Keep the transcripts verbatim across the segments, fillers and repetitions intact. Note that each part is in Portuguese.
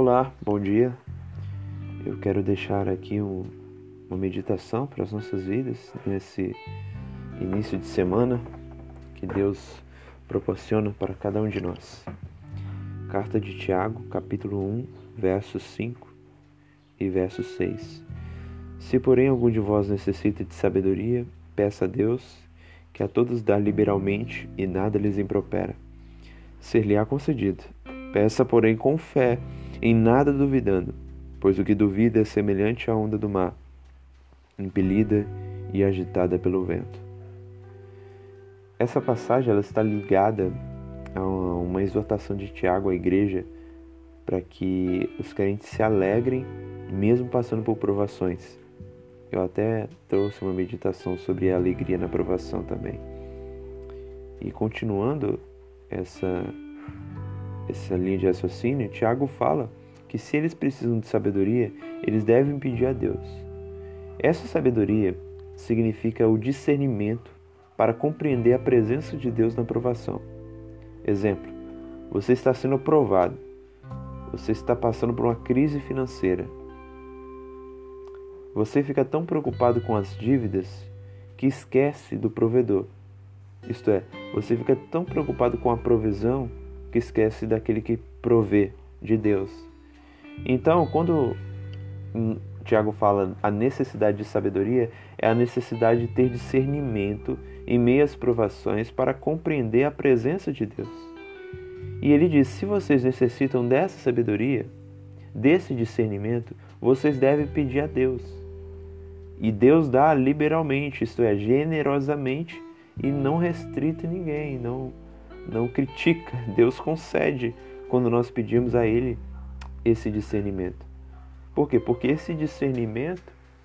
Olá, bom dia. Eu quero deixar aqui um, uma meditação para as nossas vidas nesse início de semana que Deus proporciona para cada um de nós. Carta de Tiago, capítulo um, versos cinco e verso seis. Se porém algum de vós necessita de sabedoria, peça a Deus, que a todos dá liberalmente e nada lhes impropera. Ser-lhe-á concedido. Peça, porém, com fé, em nada duvidando, pois o que duvida é semelhante à onda do mar, impelida e agitada pelo vento. Essa passagem ela está ligada a uma exortação de Tiago à igreja para que os crentes se alegrem mesmo passando por provações. Eu até trouxe uma meditação sobre a alegria na provação também. E continuando essa, essa linha de raciocínio, Tiago fala que se eles precisam de sabedoria, eles devem pedir a Deus. Essa sabedoria significa o discernimento para compreender a presença de Deus na provação. Exemplo, você está sendo aprovado, você está passando por uma crise financeira. Você fica tão preocupado com as dívidas que esquece do provedor. Isto é, você fica tão preocupado com a provisão que esquece daquele que provê, de Deus. Então, quando Tiago fala a necessidade de sabedoria, é a necessidade de ter discernimento em meio às provações para compreender a presença de Deus. E ele diz, se vocês necessitam dessa sabedoria, desse discernimento, vocês devem pedir a Deus. E Deus dá liberalmente, isto é, generosamente, e não restrita ninguém, não, não critica. Deus concede quando nós pedimos a Ele esse discernimento. Por quê? Porque esse discernimento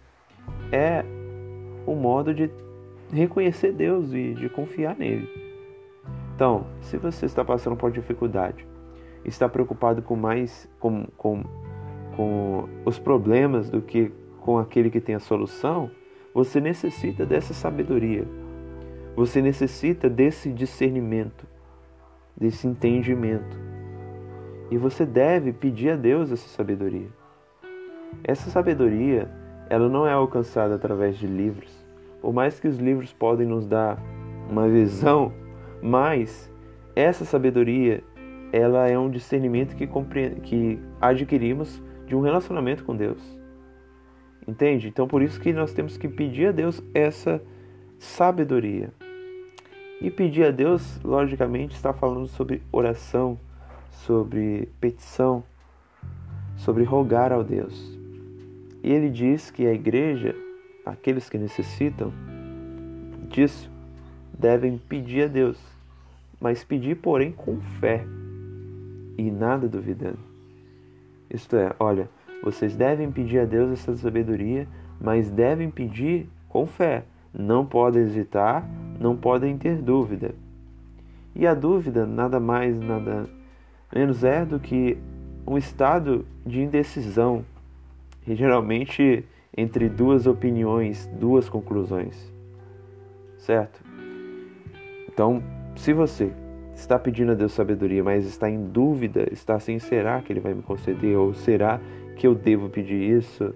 é o modo de reconhecer Deus e de confiar nele. Então, se você está passando por dificuldade, está preocupado com mais com, com, com os problemas do que com aquele que tem a solução, você necessita dessa sabedoria. Você necessita desse discernimento, desse entendimento. E você deve pedir a Deus essa sabedoria. Essa sabedoria, ela não é alcançada através de livros. Por mais que os livros podem nos dar uma visão, mas essa sabedoria, ela é um discernimento que, compreende, que adquirimos de um relacionamento com Deus. Entende? Então, por isso que nós temos que pedir a Deus essa sabedoria. E pedir a Deus, logicamente, está falando sobre oração, sobre petição, sobre rogar ao Deus. E ele diz que a igreja, aqueles que necessitam disso, devem pedir a Deus, mas pedir, porém, com fé e nada duvidando. Isto é, olha, vocês devem pedir a Deus essa sabedoria, mas devem pedir com fé. Não podem hesitar, não podem ter dúvida. E a dúvida nada mais, nada menos é do que um estado de indecisão, e geralmente entre duas opiniões, duas conclusões. Certo? Então, se você está pedindo a Deus sabedoria, mas está em dúvida, está assim, será que Ele vai me conceder? Ou será que eu devo pedir isso?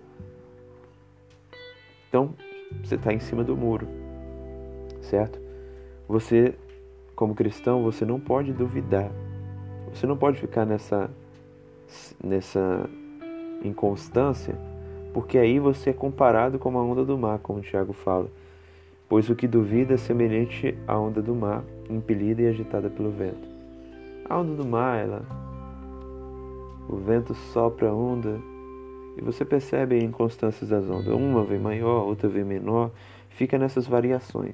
Então, você está em cima do muro, certo? Você, como cristão, você não pode duvidar. Você não pode ficar nessa, nessa inconstância, porque aí você é comparado com a onda do mar, como o Tiago fala. Pois o que duvida é semelhante à onda do mar, impelida e agitada pelo vento. A onda do mar, ela, o vento sopra a onda, e você percebe as inconstâncias das ondas. Uma vem maior, outra vem menor, fica nessas variações.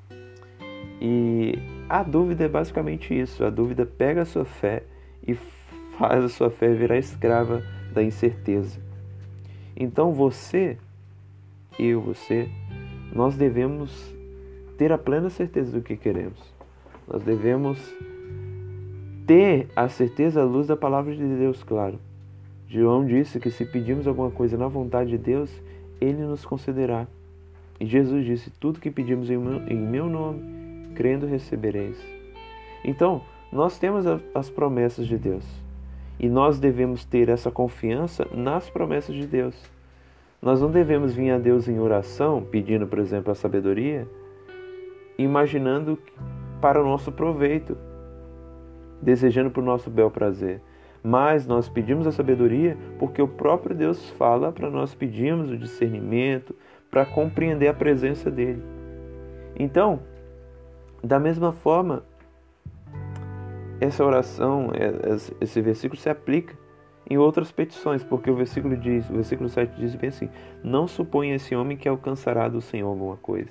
E a dúvida é basicamente isso. A dúvida pega a sua fé e faz a sua fé virar escrava da incerteza. Então você, eu, você, nós devemos ter a plena certeza do que queremos. Nós devemos ter a certeza à luz da palavra de Deus, claro. João disse que se pedirmos alguma coisa na vontade de Deus, Ele nos concederá. E Jesus disse, tudo que pedimos em meu, em meu nome, crendo recebereis. Então, nós temos as promessas de Deus. E nós devemos ter essa confiança nas promessas de Deus. Nós não devemos vir a Deus em oração, pedindo, por exemplo, a sabedoria, imaginando para o nosso proveito, desejando para o nosso bel prazer. Mas nós pedimos a sabedoria porque o próprio Deus fala para nós pedirmos o discernimento, para compreender a presença dele. Então, da mesma forma, essa oração, esse versículo se aplica em outras petições, porque o versículo diz, o versículo sete diz bem assim: não suponha esse homem que alcançará do Senhor alguma coisa.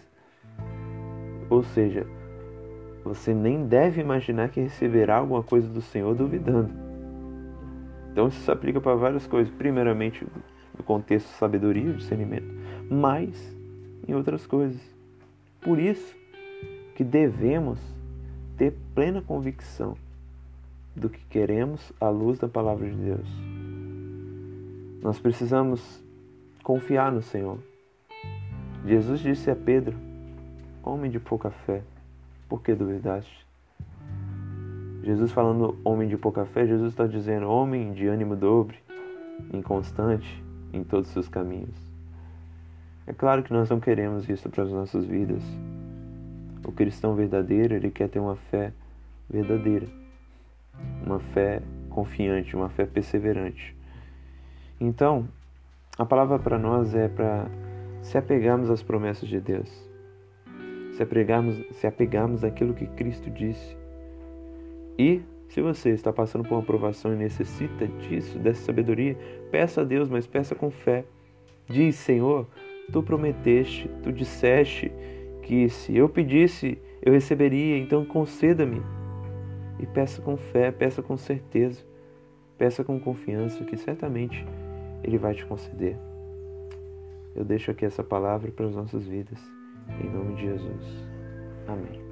Ou seja, você nem deve imaginar que receberá alguma coisa do Senhor duvidando. Então isso se aplica para várias coisas, primeiramente no contexto de sabedoria, discernimento, mas em outras coisas. Por isso que devemos ter plena convicção do que queremos à luz da palavra de Deus. Nós precisamos confiar no Senhor. Jesus disse a Pedro: homem de pouca fé, por que duvidaste? Jesus falando homem de pouca fé, Jesus está dizendo homem de ânimo dobre, inconstante em todos os seus caminhos. É claro que nós não queremos isso para as nossas vidas. O cristão verdadeiro, ele quer ter uma fé verdadeira, uma fé confiante, uma fé perseverante. Então, a palavra para nós é para se apegarmos às promessas de Deus, se apegarmos, se apegarmos àquilo que Cristo disse. E, se você está passando por uma provação e necessita disso, dessa sabedoria, peça a Deus, mas peça com fé. Diz: Senhor, Tu prometeste, Tu disseste que se eu pedisse, eu receberia, então conceda-me. E peça com fé, peça com certeza, peça com confiança, que certamente Ele vai te conceder. Eu deixo aqui essa palavra para as nossas vidas, em nome de Jesus. Amém.